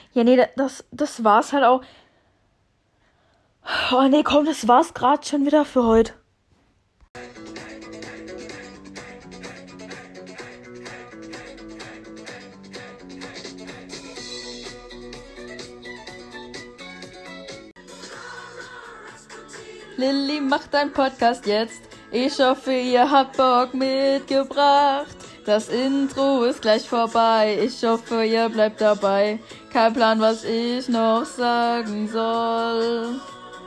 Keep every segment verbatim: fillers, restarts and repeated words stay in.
Ja, nee, das, das war's halt auch. Oh, nee, komm, das war's gerade schon wieder für heute. Lilly macht einen Podcast jetzt. Ich hoffe, ihr habt Bock mitgebracht. Das Intro ist gleich vorbei. Ich hoffe, ihr bleibt dabei. Kein Plan, was ich noch sagen soll.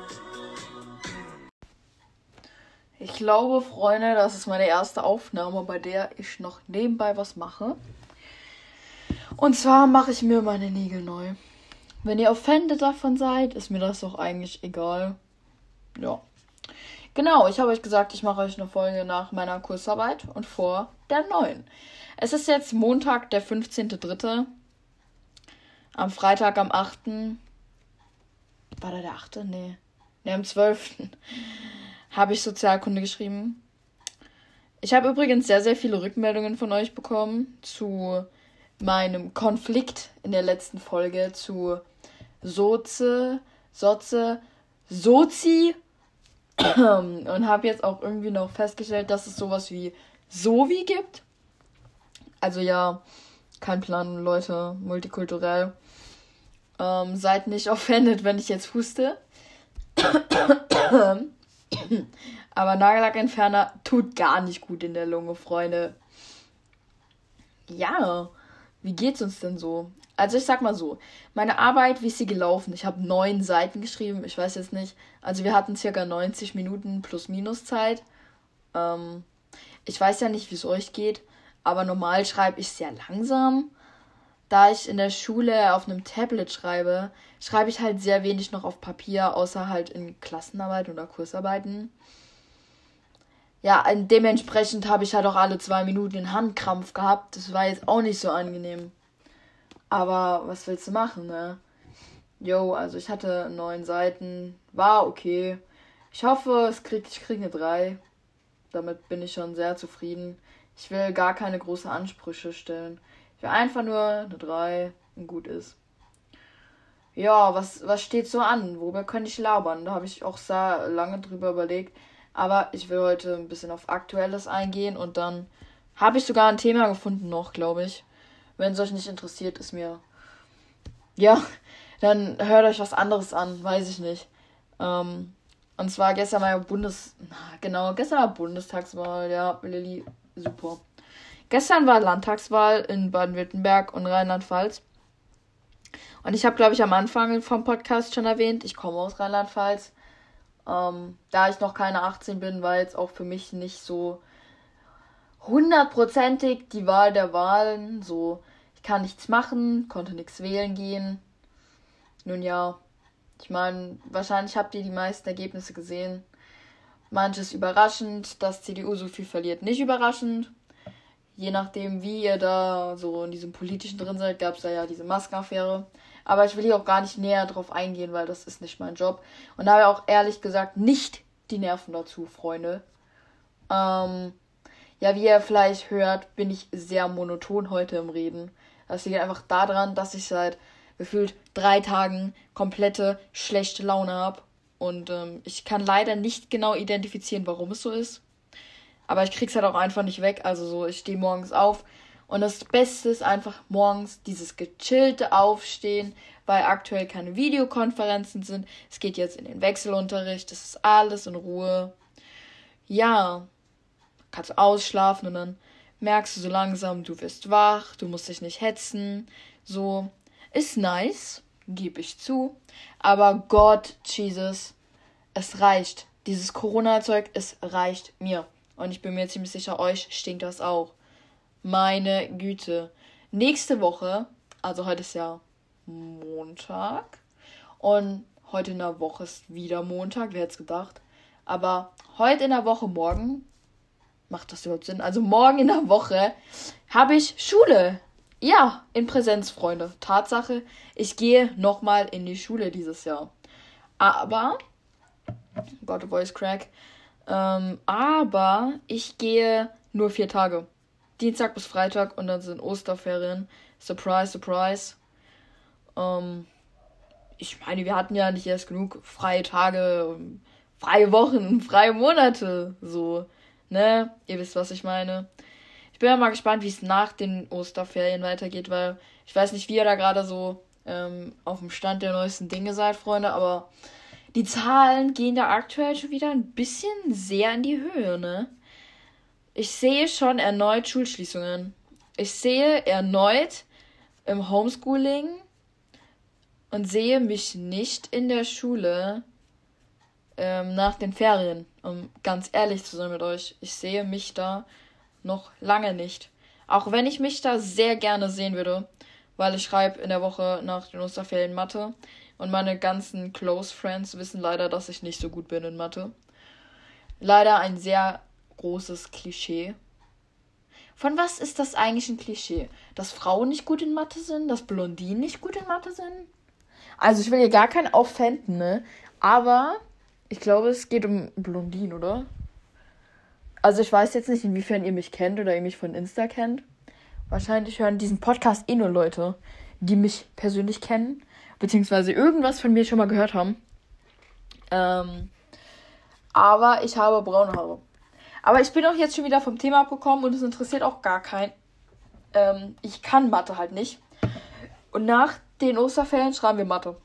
Ich glaube, Freunde, das ist meine erste Aufnahme, bei der ich noch nebenbei was mache. Und zwar mache ich mir meine Nägel neu. Wenn ihr offended davon seid, ist mir das doch eigentlich egal. Ja. Genau, ich habe euch gesagt, ich mache euch eine Folge nach meiner Kursarbeit und vor der neuen. Es ist jetzt Montag, der fünfzehnter dritte Am Freitag, am achten War da der achte? Nee. Nee, am zwölften habe ich Sozialkunde geschrieben. Ich habe übrigens sehr, sehr viele Rückmeldungen von euch bekommen zu meinem Konflikt in der letzten Folge zu Soze, Soze, Sozi und habe jetzt auch irgendwie noch festgestellt, dass es sowas wie Sovi gibt. Also ja, kein Plan, Leute, multikulturell. Ähm, seid nicht offended, wenn ich jetzt huste. Aber Nagellackentferner tut gar nicht gut in der Lunge, Freunde. Ja, wie geht's uns denn so? Also ich sag mal so, meine Arbeit, wie ist sie gelaufen? Ich habe neun Seiten geschrieben, ich weiß jetzt nicht. Also wir hatten circa neunzig Minuten plus minus Zeit. Ähm, ich weiß ja nicht, wie es euch geht, aber normal schreibe ich sehr langsam. Da ich in der Schule auf einem Tablet schreibe, schreibe ich halt sehr wenig noch auf Papier, außer halt in Klassenarbeit oder Kursarbeiten. Ja, dementsprechend habe ich halt auch alle zwei Minuten einen Handkrampf gehabt. Das war jetzt auch nicht so angenehm. Aber was willst du machen, ne? Jo, also ich hatte neun Seiten. War okay. Ich hoffe, es krieg, ich kriege eine drei. Damit bin ich schon sehr zufrieden. Ich will gar keine großen Ansprüche stellen. Ich will einfach nur eine drei und gut ist. Ja, was, was steht so an? Worüber könnte ich labern? Da habe ich auch sehr lange drüber überlegt. Aber ich will heute ein bisschen auf Aktuelles eingehen und dann habe ich sogar ein Thema gefunden noch, glaube ich. Wenn es euch nicht interessiert, ist mir... Ja, dann hört euch was anderes an, weiß ich nicht. Ähm, und zwar gestern war ja Bundes... Genau, gestern war Bundestagswahl, ja, Lilly, super. Gestern war Landtagswahl in Baden-Württemberg und Rheinland-Pfalz. Und ich habe, glaube ich, am Anfang vom Podcast schon erwähnt, ich komme aus Rheinland-Pfalz. Ähm, da ich noch keine achtzehn bin, war jetzt auch für mich nicht so hundertprozentig die Wahl der Wahlen. So, ich kann nichts machen, konnte nichts wählen gehen. Nun ja, ich meine, wahrscheinlich habt ihr die meisten Ergebnisse gesehen. Manches überraschend, dass C D U so viel verliert, nicht überraschend. Je nachdem, wie ihr da so in diesem Politischen drin seid, gab es da ja diese Maskenaffäre. Aber ich will hier auch gar nicht näher drauf eingehen, weil das ist nicht mein Job. Und da habe ich auch ehrlich gesagt nicht die Nerven dazu, Freunde. Ähm, ja, wie ihr vielleicht hört, bin ich sehr monoton heute im Reden. Das liegt einfach daran, dass ich seit gefühlt drei Tagen komplette schlechte Laune habe. Und ähm, ich kann leider nicht genau identifizieren, warum es so ist. Aber ich krieg's halt auch einfach nicht weg. Also so, ich stehe morgens auf. Und das Beste ist einfach morgens dieses gechillte Aufstehen, weil aktuell keine Videokonferenzen sind. Es geht jetzt in den Wechselunterricht. Das ist alles in Ruhe. Ja, kannst ausschlafen und dann merkst du so langsam, du wirst wach, du musst dich nicht hetzen. So, ist nice, gebe ich zu. Aber Gott, Jesus, es reicht. Dieses Corona-Zeug, es reicht mir. Und ich bin mir ziemlich sicher, euch stinkt das auch. Meine Güte. Nächste Woche, also heute ist ja Montag. Und heute in der Woche ist wieder Montag, wer hätte es gedacht. Aber heute in der Woche, morgen, macht das überhaupt Sinn? Also morgen in der Woche habe ich Schule. Ja, in Präsenz, Freunde. Tatsache, ich gehe nochmal in die Schule dieses Jahr. Aber, Gott, Voice Crack. Ähm, aber ich gehe nur vier Tage. Dienstag bis Freitag und dann sind Osterferien. Surprise, surprise. Ähm, ich meine, wir hatten ja nicht erst genug freie Tage, freie Wochen, freie Monate, so, ne? Ihr wisst, was ich meine. Ich bin ja mal gespannt, wie es nach den Osterferien weitergeht, weil ich weiß nicht, wie ihr da gerade so ähm, auf dem Stand der neuesten Dinge seid, Freunde, aber die Zahlen gehen da aktuell schon wieder ein bisschen sehr in die Höhe, ne? Ich sehe schon erneut Schulschließungen. Ich sehe erneut im Homeschooling und sehe mich nicht in der Schule ähm, nach den Ferien, um ganz ehrlich zu sein mit euch. Ich sehe mich da noch lange nicht. Auch wenn ich mich da sehr gerne sehen würde, weil ich schreibe in der Woche nach den Osterferien Mathe und meine ganzen Close Friends wissen leider, dass ich nicht so gut bin in Mathe. Leider ein sehr großes Klischee. Von was ist das eigentlich ein Klischee? Dass Frauen nicht gut in Mathe sind? Dass Blondinen nicht gut in Mathe sind? Also ich will hier gar keinen auffänden, ne? Aber ich glaube, es geht um Blondinen, oder? Also ich weiß jetzt nicht, inwiefern ihr mich kennt oder ihr mich von Insta kennt. Wahrscheinlich hören diesen Podcast eh nur Leute, die mich persönlich kennen, beziehungsweise irgendwas von mir schon mal gehört haben. Ähm, aber ich habe braune Haare. Aber ich bin auch jetzt schon wieder vom Thema abgekommen und es interessiert auch gar keinen. Ähm, ich kann Mathe halt nicht. Und nach den Osterferien schreiben wir Mathe.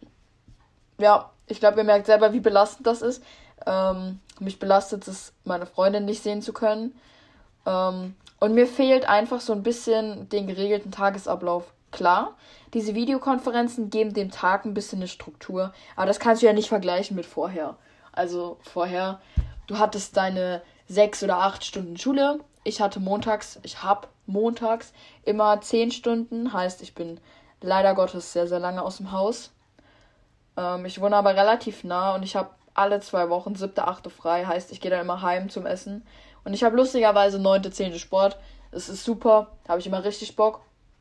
Ja, ich glaube, ihr merkt selber, wie belastend das ist. Ähm, mich belastet es, meine Freundin nicht sehen zu können. Ähm, und mir fehlt einfach so ein bisschen den geregelten Tagesablauf. Klar, diese Videokonferenzen geben dem Tag ein bisschen eine Struktur. Aber das kannst du ja nicht vergleichen mit vorher. Also vorher, du hattest deine sechs oder acht Stunden Schule. Ich hatte montags, ich habe montags immer zehn Stunden. Heißt, ich bin leider Gottes sehr, sehr lange aus dem Haus. Ähm, ich wohne aber relativ nah und ich habe alle zwei Wochen siebte, achte frei. Heißt, ich gehe dann immer heim zum Essen. Und ich habe lustigerweise neunte, zehnte Sport. Es ist super. Da habe ich immer richtig Bock.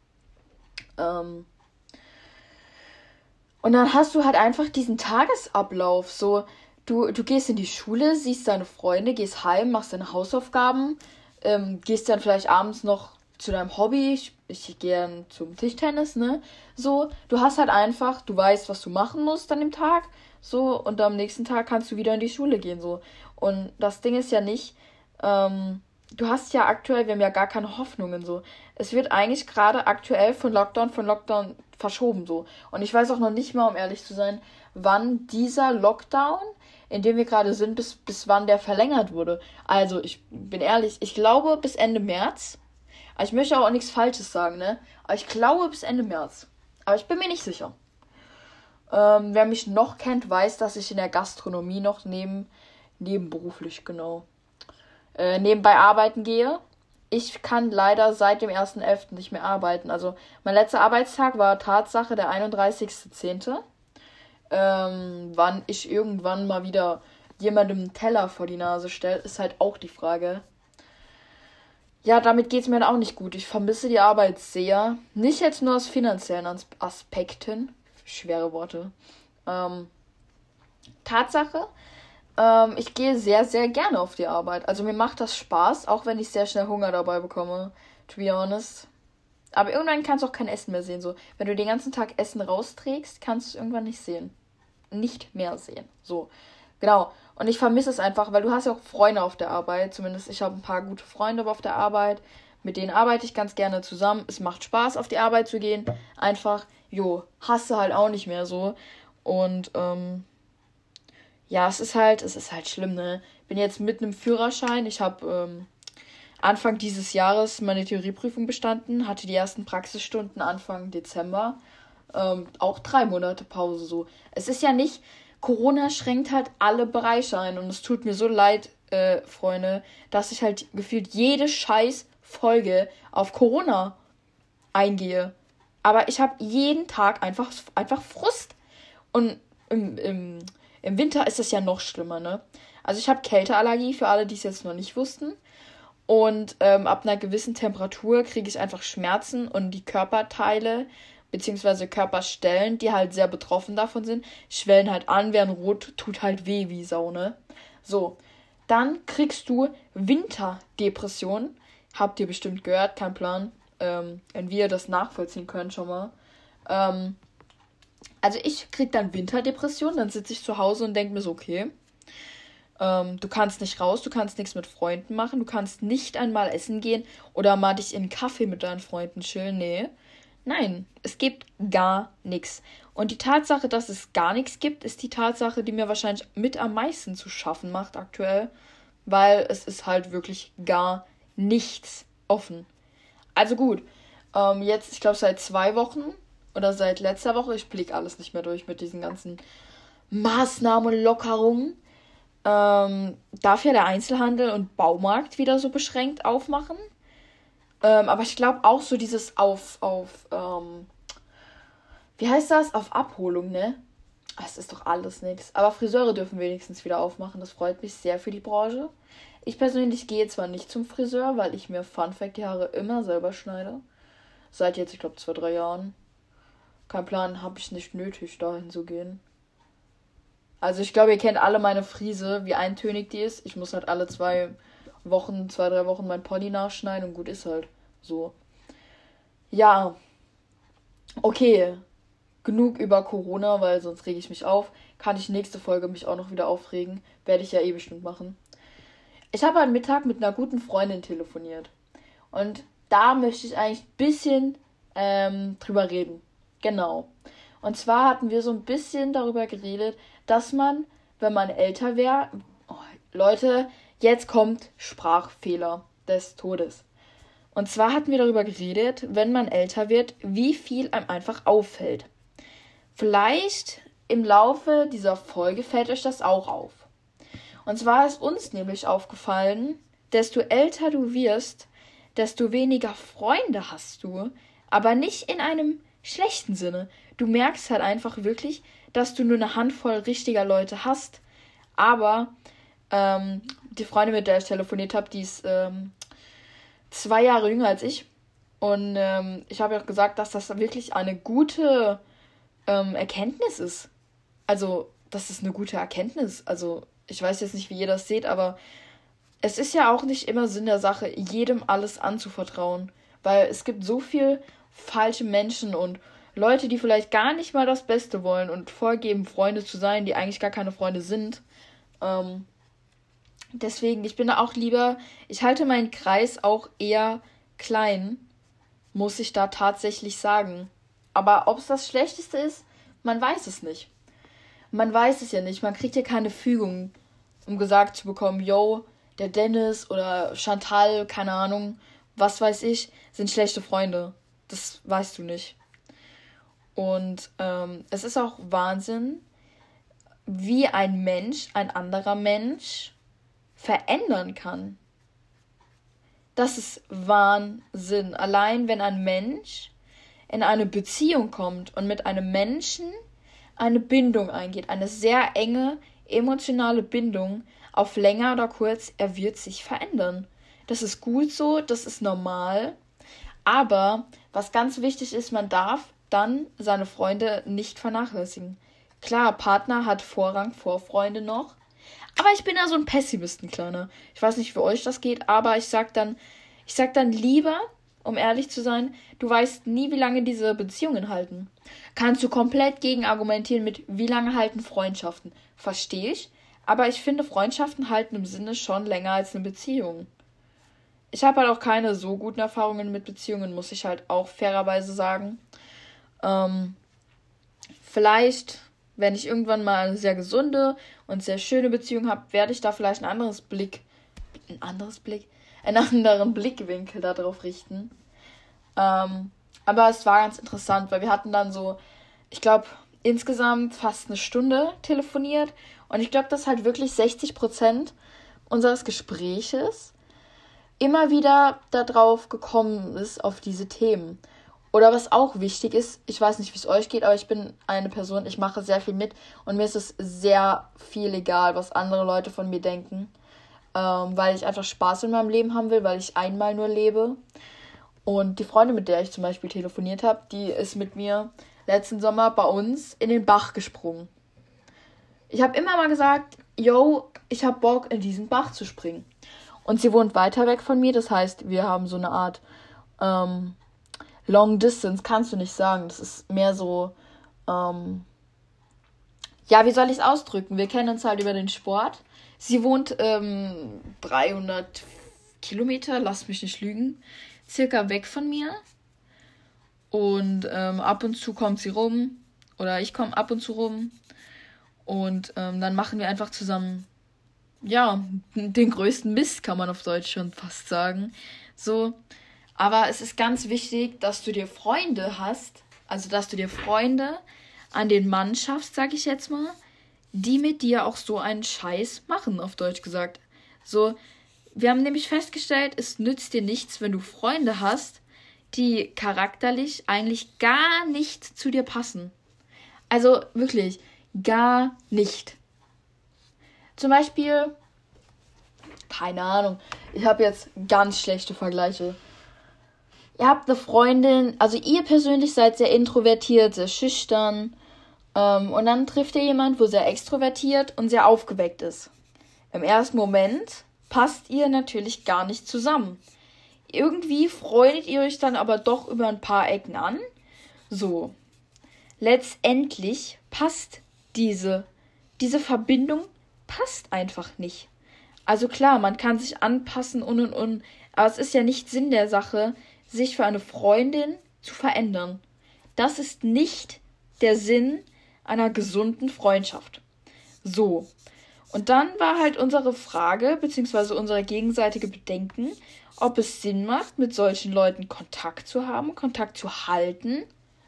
Ähm und dann hast du halt einfach diesen Tagesablauf. So, du, du gehst in die Schule, siehst deine Freunde, gehst heim, machst deine Hausaufgaben, ähm, gehst dann vielleicht abends noch zu deinem Hobby. Ich, ich gehe dann zum Tischtennis, ne? So, du hast halt einfach, du weißt, was du machen musst an dem Tag. So, und am nächsten Tag kannst du wieder in die Schule gehen, so. Und das Ding ist ja nicht, ähm, du hast ja aktuell, wir haben ja gar keine Hoffnungen, so. Es wird eigentlich gerade aktuell von Lockdown, von Lockdown verschoben, so. Und ich weiß auch noch nicht mal, um ehrlich zu sein, wann dieser Lockdown, in dem wir gerade sind, bis, bis wann der verlängert wurde. Also, ich bin ehrlich, ich glaube bis Ende März. Aber ich möchte auch nichts Falsches sagen, ne? Aber ich glaube bis Ende März. Aber ich bin mir nicht sicher. Ähm, wer mich noch kennt, weiß, dass ich in der Gastronomie noch neben, nebenberuflich, genau, äh, nebenbei arbeiten gehe. Ich kann leider seit dem ersten elften nicht mehr arbeiten. Also mein letzter Arbeitstag war Tatsache der einunddreißigster zehnte Ähm, wann ich irgendwann mal wieder jemandem einen Teller vor die Nase stelle, ist halt auch die Frage. Ja, damit geht es mir dann auch nicht gut. Ich vermisse die Arbeit sehr. Nicht jetzt nur aus finanziellen As- Aspekten. Schwere Worte. Ähm, Tatsache, ähm, ich gehe sehr, sehr gerne auf die Arbeit. Also mir macht das Spaß, auch wenn ich sehr schnell Hunger dabei bekomme. To be honest. Aber irgendwann kannst du auch kein Essen mehr sehen. So, wenn du den ganzen Tag Essen rausträgst, kannst du es irgendwann nicht sehen. Nicht mehr sehen. So, genau. Und ich vermisse es einfach, weil du hast ja auch Freunde auf der Arbeit. Zumindest ich habe ein paar gute Freunde auf der Arbeit. Mit denen arbeite ich ganz gerne zusammen. Es macht Spaß, auf die Arbeit zu gehen. Einfach, jo, hasse halt auch nicht mehr so. Und, ähm, ja, es ist halt, es ist halt schlimm, ne? Bin jetzt mit einem Führerschein. Ich habe, ähm, Anfang dieses Jahres meine Theorieprüfung bestanden. Hatte die ersten Praxisstunden Anfang Dezember. Ähm, auch drei Monate Pause so. Es ist ja nicht, Corona schränkt halt alle Bereiche ein und es tut mir so leid, äh, Freunde, dass ich halt gefühlt jede scheiß Folge auf Corona eingehe. Aber ich habe jeden Tag einfach, einfach Frust. Und im, im, im Winter ist das ja noch schlimmer, ne? Also ich habe Kälteallergie, für alle, die es jetzt noch nicht wussten. Und ähm, ab einer gewissen Temperatur kriege ich einfach Schmerzen und die Körperteile beziehungsweise Körperstellen, die halt sehr betroffen davon sind, schwellen halt an, werden rot, tut halt weh wie Sau, ne? So, dann kriegst du Winterdepression. Habt ihr bestimmt gehört, kein Plan. Ähm, wenn wir das nachvollziehen können schon mal. Ähm, Also ich krieg dann Winterdepression, dann sitze ich zu Hause und denke mir so, okay, ähm, du kannst nicht raus, du kannst nichts mit Freunden machen, du kannst nicht einmal essen gehen oder mal dich in einen Kaffee mit deinen Freunden chillen, nee. Nein, es gibt gar nichts. Und die Tatsache, dass es gar nichts gibt, ist die Tatsache, die mir wahrscheinlich mit am meisten zu schaffen macht aktuell, weil es ist halt wirklich gar nichts offen. Also gut, ähm, jetzt, ich glaube seit zwei Wochen oder seit letzter Woche, ich blick alles nicht mehr durch mit diesen ganzen Maßnahmen und Lockerungen, ähm, darf ja der Einzelhandel und Baumarkt wieder so beschränkt aufmachen. Ähm, aber ich glaube auch so dieses auf, auf, ähm, wie heißt das? Auf Abholung, ne? Es ist doch alles nichts. Aber Friseure dürfen wenigstens wieder aufmachen. Das freut mich sehr für die Branche. Ich persönlich gehe zwar nicht zum Friseur, weil ich mir, Fun Fact, die Haare immer selber schneide. Seit jetzt, ich glaube, zwei, drei Jahren. Kein Plan, habe ich nicht nötig, dahin zu gehen. Also ich glaube, ihr kennt alle meine Frise, wie eintönig die ist. Ich muss halt alle zwei Wochen, zwei, drei Wochen mein Pony nachschneiden und gut ist halt so. Ja, okay. Genug über Corona, weil sonst rege ich mich auf. Kann ich nächste Folge mich auch noch wieder aufregen. Werde ich ja eh bestimmt machen. Ich habe am Mittag mit einer guten Freundin telefoniert. Und da möchte ich eigentlich ein bisschen ähm, drüber reden. Genau. Und zwar hatten wir so ein bisschen darüber geredet, dass man, wenn man älter wäre... Oh, Leute, jetzt kommt Sprachfehler des Todes. Und zwar hatten wir darüber geredet, wenn man älter wird, wie viel einem einfach auffällt. Vielleicht im Laufe dieser Folge fällt euch das auch auf. Und zwar ist uns nämlich aufgefallen, desto älter du wirst, desto weniger Freunde hast du, aber nicht in einem schlechten Sinne. Du merkst halt einfach wirklich, dass du nur eine Handvoll richtiger Leute hast, aber ähm, die Freundin, mit der ich telefoniert habe, die ist ähm, zwei Jahre jünger als ich. Und ähm, ich habe ja auch gesagt, dass das wirklich eine gute ähm, Erkenntnis ist. Also, das ist eine gute Erkenntnis. Also, ich weiß jetzt nicht, wie ihr das seht, aber es ist ja auch nicht immer Sinn der Sache, jedem alles anzuvertrauen. Weil es gibt so viel falsche Menschen und Leute, die vielleicht gar nicht mal das Beste wollen und vorgeben, Freunde zu sein, die eigentlich gar keine Freunde sind. Ähm, deswegen, ich bin da auch lieber, ich halte meinen Kreis auch eher klein, muss ich da tatsächlich sagen. Aber ob es das Schlechteste ist, man weiß es nicht. Man weiß es ja nicht. Man kriegt ja keine Fügung, um gesagt zu bekommen, yo, der Dennis oder Chantal, keine Ahnung, was weiß ich, sind schlechte Freunde. Das weißt du nicht. Und ähm, es ist auch Wahnsinn, wie ein Mensch, ein anderer Mensch verändern kann. Das ist Wahnsinn. Allein wenn ein Mensch in eine Beziehung kommt und mit einem Menschen eine Bindung eingeht, eine sehr enge, emotionale Bindung, auf länger oder kurz, er wird sich verändern. Das ist gut so, das ist normal. Aber was ganz wichtig ist, man darf dann seine Freunde nicht vernachlässigen. Klar, Partner hat Vorrang vor Freunde noch. Aber ich bin da so ein Pessimisten, Kleiner. Ich weiß nicht, wie euch das geht, aber ich sag dann, ich sag dann lieber, um ehrlich zu sein, du weißt nie, wie lange diese Beziehungen halten. Kannst du komplett gegen argumentieren mit, wie lange halten Freundschaften. Verstehe ich, aber ich finde, Freundschaften halten im Sinne schon länger als eine Beziehung. Ich habe halt auch keine so guten Erfahrungen mit Beziehungen, muss ich halt auch fairerweise sagen. Ähm, vielleicht, wenn ich irgendwann mal eine sehr gesunde und sehr schöne Beziehung habe, werde ich da vielleicht ein anderes Blick, ein anderes Blick, einen anderen Blickwinkel darauf richten. Ähm, aber es war ganz interessant, weil wir hatten dann so, ich glaube, insgesamt fast eine Stunde telefoniert. Und ich glaube, dass halt wirklich sechzig Prozent unseres Gespräches immer wieder darauf gekommen ist, auf diese Themen. Oder was auch wichtig ist, ich weiß nicht, wie es euch geht, aber ich bin eine Person, ich mache sehr viel mit und mir ist es sehr viel egal, was andere Leute von mir denken, ähm, weil ich einfach Spaß in meinem Leben haben will, weil ich einmal nur lebe. Und die Freundin, mit der ich zum Beispiel telefoniert habe, die ist mit mir letzten Sommer bei uns in den Bach gesprungen. Ich habe immer mal gesagt, yo, ich habe Bock, in diesen Bach zu springen. Und sie wohnt weiter weg von mir, das heißt, wir haben so eine Art ähm, Long Distance, kannst du nicht sagen. Das ist mehr so, ähm, ja, wie soll ich es ausdrücken? Wir kennen uns halt über den Sport. Sie wohnt ähm, dreihundert Kilometer, lasst mich nicht lügen, circa weg von mir. Und ähm, ab und zu kommt sie rum. Oder ich komme ab und zu rum. Und ähm, dann machen wir einfach zusammen, ja, den größten Mist, kann man auf Deutsch schon fast sagen. So, aber es ist ganz wichtig, dass du dir Freunde hast, also dass du dir Freunde an den Mann schaffst, sag ich jetzt mal, die mit dir auch so einen Scheiß machen, auf Deutsch gesagt. So, wir haben nämlich festgestellt, es nützt dir nichts, wenn du Freunde hast, die charakterlich eigentlich gar nicht zu dir passen. Also wirklich, gar nicht. Zum Beispiel, keine Ahnung, ich habe jetzt ganz schlechte Vergleiche. Ihr habt eine Freundin, also ihr persönlich seid sehr introvertiert, sehr schüchtern. Ähm, und dann trifft ihr jemanden, wo sehr extrovertiert und sehr aufgeweckt ist. Im ersten Moment passt ihr natürlich gar nicht zusammen. Irgendwie freundet ihr euch dann aber doch über ein paar Ecken an. So. Letztendlich passt diese, diese Verbindung passt einfach nicht. Also klar, man kann sich anpassen und und und, aber es ist ja nicht Sinn der Sache, sich für eine Freundin zu verändern. Das ist nicht der Sinn einer gesunden Freundschaft. So. Und dann war halt unsere Frage, beziehungsweise unsere gegenseitige Bedenken, ob es Sinn macht, mit solchen Leuten Kontakt zu haben, Kontakt zu halten.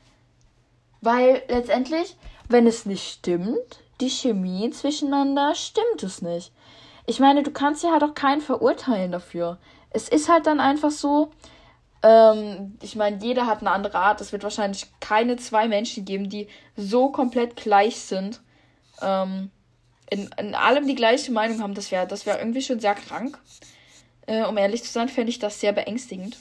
Weil letztendlich, wenn es nicht stimmt, die Chemie zwischeneinander, stimmt es nicht. Ich meine, du kannst ja halt auch keinen verurteilen dafür. Es ist halt dann einfach so, ähm, ich meine, jeder hat eine andere Art. Es wird wahrscheinlich keine zwei Menschen geben, die so komplett gleich sind, ähm, in, in allem die gleiche Meinung haben. Das wäre das wär irgendwie schon sehr krank. Äh, um ehrlich zu sein, fände ich das sehr beängstigend.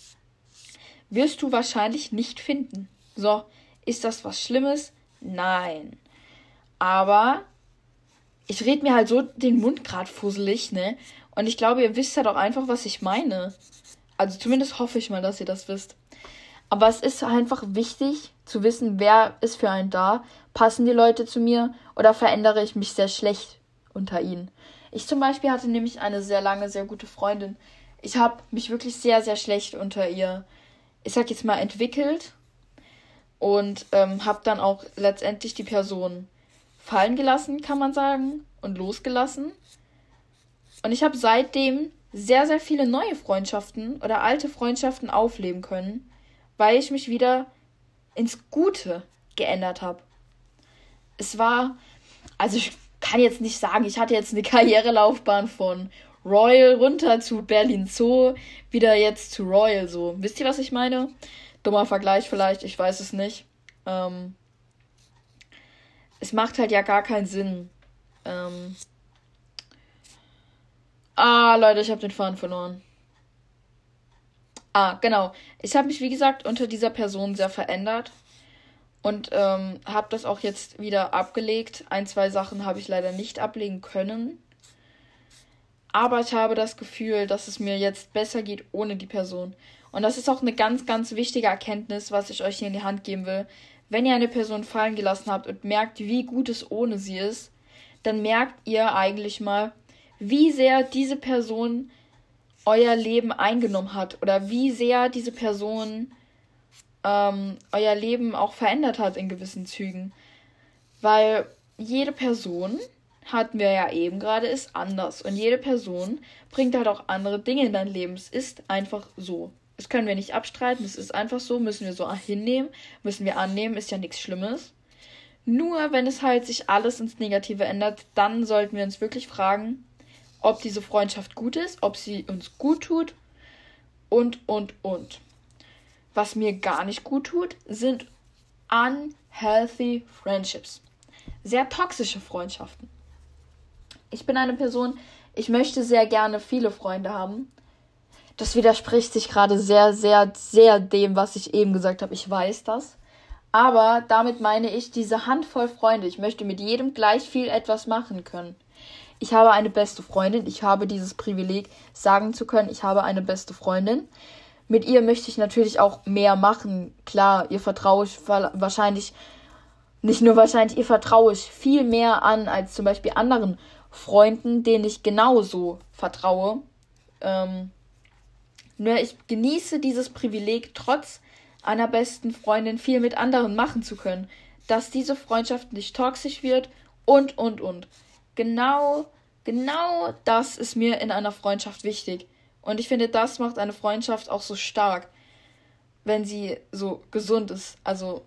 Wirst du wahrscheinlich nicht finden. So, ist das was Schlimmes? Nein. Aber ich rede mir halt so den Mund gerade fusselig, ne? Und ich glaube, ihr wisst halt auch einfach, was ich meine. Also zumindest hoffe ich mal, dass ihr das wisst. Aber es ist einfach wichtig zu wissen, wer ist für einen da. Passen die Leute zu mir oder verändere ich mich sehr schlecht unter ihnen? Ich zum Beispiel hatte nämlich eine sehr lange, sehr gute Freundin. Ich habe mich wirklich sehr, sehr schlecht unter ihr, ich sag jetzt mal, entwickelt. Und ähm, habe dann auch letztendlich die Person fallen gelassen, kann man sagen. Und losgelassen. Und ich habe seitdem sehr, sehr viele neue Freundschaften oder alte Freundschaften aufleben können, weil ich mich wieder ins Gute geändert habe. Es war, also ich kann jetzt nicht sagen, ich hatte jetzt eine Karrierelaufbahn von Royal runter zu Berlin Zoo, wieder jetzt zu Royal so. Wisst ihr, was ich meine? Dummer Vergleich vielleicht, ich weiß es nicht. Ähm, es macht halt ja gar keinen Sinn. Ähm, ah, Leute, ich habe den Faden verloren. Ah, genau. Ich habe mich, wie gesagt, unter dieser Person sehr verändert. Und ähm, habe das auch jetzt wieder abgelegt. Ein, zwei Sachen habe ich leider nicht ablegen können. Aber ich habe das Gefühl, dass es mir jetzt besser geht ohne die Person. Und das ist auch eine ganz, ganz wichtige Erkenntnis, was ich euch hier in die Hand geben will. Wenn ihr eine Person fallen gelassen habt und merkt, wie gut es ohne sie ist, dann merkt ihr eigentlich mal, wie sehr diese Person euer Leben eingenommen hat. Oder wie sehr diese Person ähm, euer Leben auch verändert hat in gewissen Zügen. Weil jede Person, hatten wir ja eben gerade, ist anders. Und jede Person bringt halt auch andere Dinge in dein Leben. Es ist einfach so. Das können wir nicht abstreiten. Es ist einfach so. Müssen wir so hinnehmen. Müssen wir annehmen. Ist ja nichts Schlimmes. Nur wenn es halt sich alles ins Negative ändert, dann sollten wir uns wirklich fragen, ob diese Freundschaft gut ist, ob sie uns gut tut und, und, und. Was mir gar nicht gut tut, sind unhealthy friendships. Sehr toxische Freundschaften. Ich bin eine Person, ich möchte sehr gerne viele Freunde haben. Das widerspricht sich gerade sehr, sehr, sehr dem, was ich eben gesagt habe. Ich weiß das. Aber damit meine ich diese Handvoll Freunde. Ich möchte mit jedem gleich viel etwas machen können. Ich habe eine beste Freundin. Ich habe dieses Privileg, sagen zu können, ich habe eine beste Freundin. Mit ihr möchte ich natürlich auch mehr machen. Klar, ihr vertraue ich wahrscheinlich nicht nur wahrscheinlich, ihr vertraue ich viel mehr an als zum Beispiel anderen Freunden, denen ich genauso vertraue. Ähm, nur ich genieße dieses Privileg, trotz einer besten Freundin viel mit anderen machen zu können. Dass diese Freundschaft nicht toxisch wird und, und, und. Genau, genau das ist mir in einer Freundschaft wichtig. Und ich finde, das macht eine Freundschaft auch so stark, wenn sie so gesund ist. Also,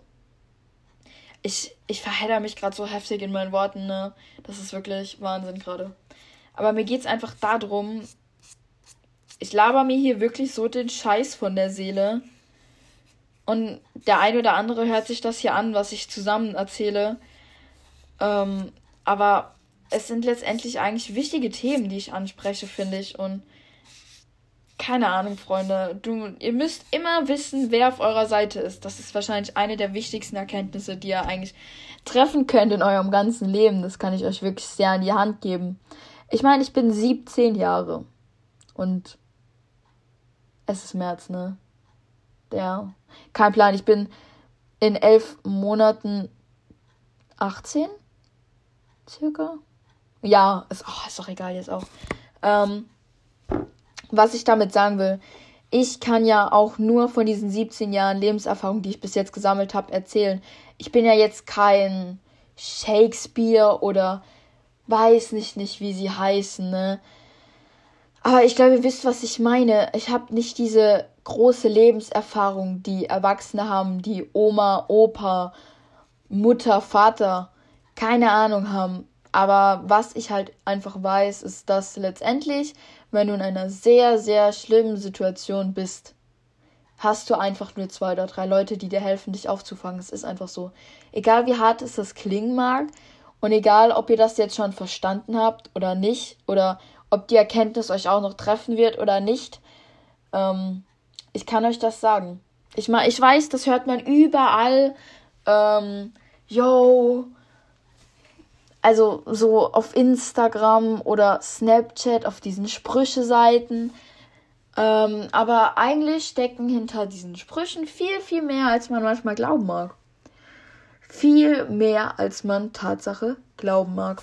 ich, ich verhedder mich gerade so heftig in meinen Worten, ne? Das ist wirklich Wahnsinn gerade. Aber mir geht's einfach darum, ich laber mir hier wirklich so den Scheiß von der Seele. Und der eine oder andere hört sich das hier an, was ich zusammen erzähle. Ähm, aber es sind letztendlich eigentlich wichtige Themen, die ich anspreche, finde ich. Und keine Ahnung, Freunde. Du, ihr müsst immer wissen, wer auf eurer Seite ist. Das ist wahrscheinlich eine der wichtigsten Erkenntnisse, die ihr eigentlich treffen könnt in eurem ganzen Leben. Das kann ich euch wirklich sehr an die Hand geben. Ich meine, ich bin siebzehn Jahre. Und es ist März, ne? Ja. Kein Plan. Ich bin in elf Monaten achtzehn? Circa? Ja, ist, oh, ist doch egal jetzt auch. Ähm, was ich damit sagen will, ich kann ja auch nur von diesen siebzehn Jahren Lebenserfahrung, die ich bis jetzt gesammelt habe, erzählen. Ich bin ja jetzt kein Shakespeare oder weiß nicht, nicht wie sie heißen, ne? Aber ich glaube, ihr wisst, was ich meine. Ich habe nicht diese große Lebenserfahrung, die Erwachsene haben, die Oma, Opa, Mutter, Vater, keine Ahnung haben. Aber was ich halt einfach weiß, ist, dass letztendlich, wenn du in einer sehr, sehr schlimmen Situation bist, hast du einfach nur zwei oder drei Leute, die dir helfen, dich aufzufangen. Es ist einfach so. Egal wie hart es das klingen mag und egal, ob ihr das jetzt schon verstanden habt oder nicht oder ob die Erkenntnis euch auch noch treffen wird oder nicht, ähm, ich kann euch das sagen. Ich, mein, ich weiß, das hört man überall. Ähm, yo, also so auf Instagram oder Snapchat, auf diesen Sprüche-Seiten. Ähm, aber eigentlich stecken hinter diesen Sprüchen viel, viel mehr, als man manchmal glauben mag. Viel mehr, als man Tatsache glauben mag.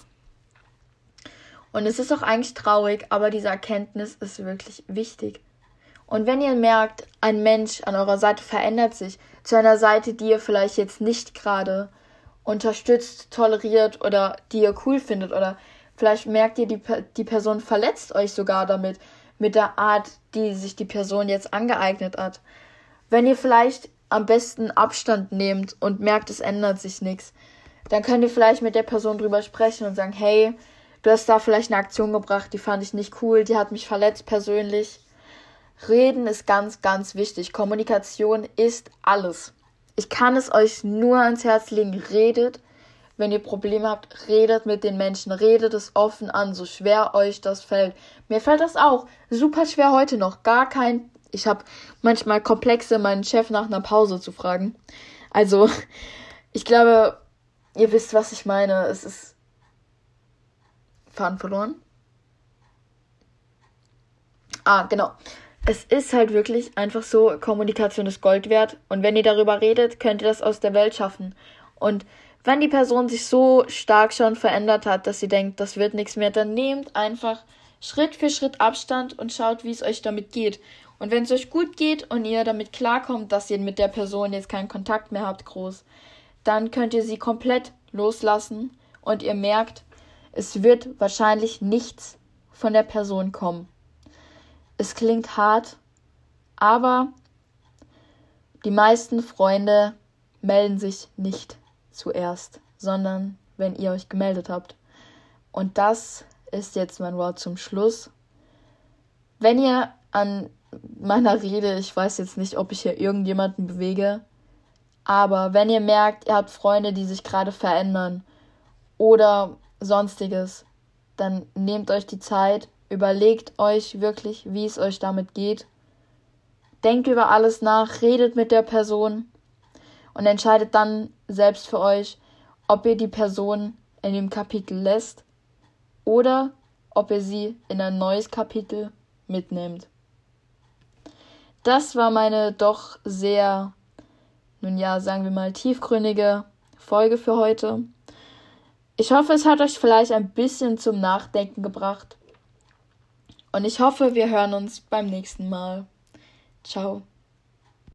Und es ist auch eigentlich traurig, aber diese Erkenntnis ist wirklich wichtig. Und wenn ihr merkt, ein Mensch an eurer Seite verändert sich zu einer Seite, die ihr vielleicht jetzt nicht gerade unterstützt, toleriert oder die ihr cool findet oder vielleicht merkt ihr, die, die Person verletzt euch sogar damit, mit der Art, die sich die Person jetzt angeeignet hat. Wenn ihr vielleicht am besten Abstand nehmt und merkt, es ändert sich nichts, dann könnt ihr vielleicht mit der Person drüber sprechen und sagen, hey, du hast da vielleicht eine Aktion gebracht, die fand ich nicht cool, die hat mich verletzt persönlich. Reden ist ganz, ganz wichtig. Kommunikation ist alles. Ich kann es euch nur ans Herz legen. Redet, wenn ihr Probleme habt, redet mit den Menschen. Redet es offen an, so schwer euch das fällt. Mir fällt das auch super schwer heute noch. Gar kein... Ich habe manchmal Komplexe, meinen Chef nach einer Pause zu fragen. Also, ich glaube, ihr wisst, was ich meine. Es ist... Faden verloren? Ah, genau. Es ist halt wirklich einfach so, Kommunikation ist Gold wert. Und wenn ihr darüber redet, könnt ihr das aus der Welt schaffen. Und wenn die Person sich so stark schon verändert hat, dass sie denkt, das wird nichts mehr, dann nehmt einfach Schritt für Schritt Abstand und schaut, wie es euch damit geht. Und wenn es euch gut geht und ihr damit klarkommt, dass ihr mit der Person jetzt keinen Kontakt mehr habt, groß, dann könnt ihr sie komplett loslassen und ihr merkt, es wird wahrscheinlich nichts von der Person kommen. Es klingt hart, aber die meisten Freunde melden sich nicht zuerst, sondern wenn ihr euch gemeldet habt. Und das ist jetzt mein Wort zum Schluss. Wenn ihr an meiner Rede, ich weiß jetzt nicht, ob ich hier irgendjemanden bewege, aber wenn ihr merkt, ihr habt Freunde, die sich gerade verändern oder sonstiges, dann nehmt euch die Zeit, überlegt euch wirklich, wie es euch damit geht. Denkt über alles nach, redet mit der Person und entscheidet dann selbst für euch, ob ihr die Person in dem Kapitel lässt oder ob ihr sie in ein neues Kapitel mitnehmt. Das war meine doch sehr, nun ja, sagen wir mal, tiefgründige Folge für heute. Ich hoffe, es hat euch vielleicht ein bisschen zum Nachdenken gebracht. Und ich hoffe, wir hören uns beim nächsten Mal. Ciao.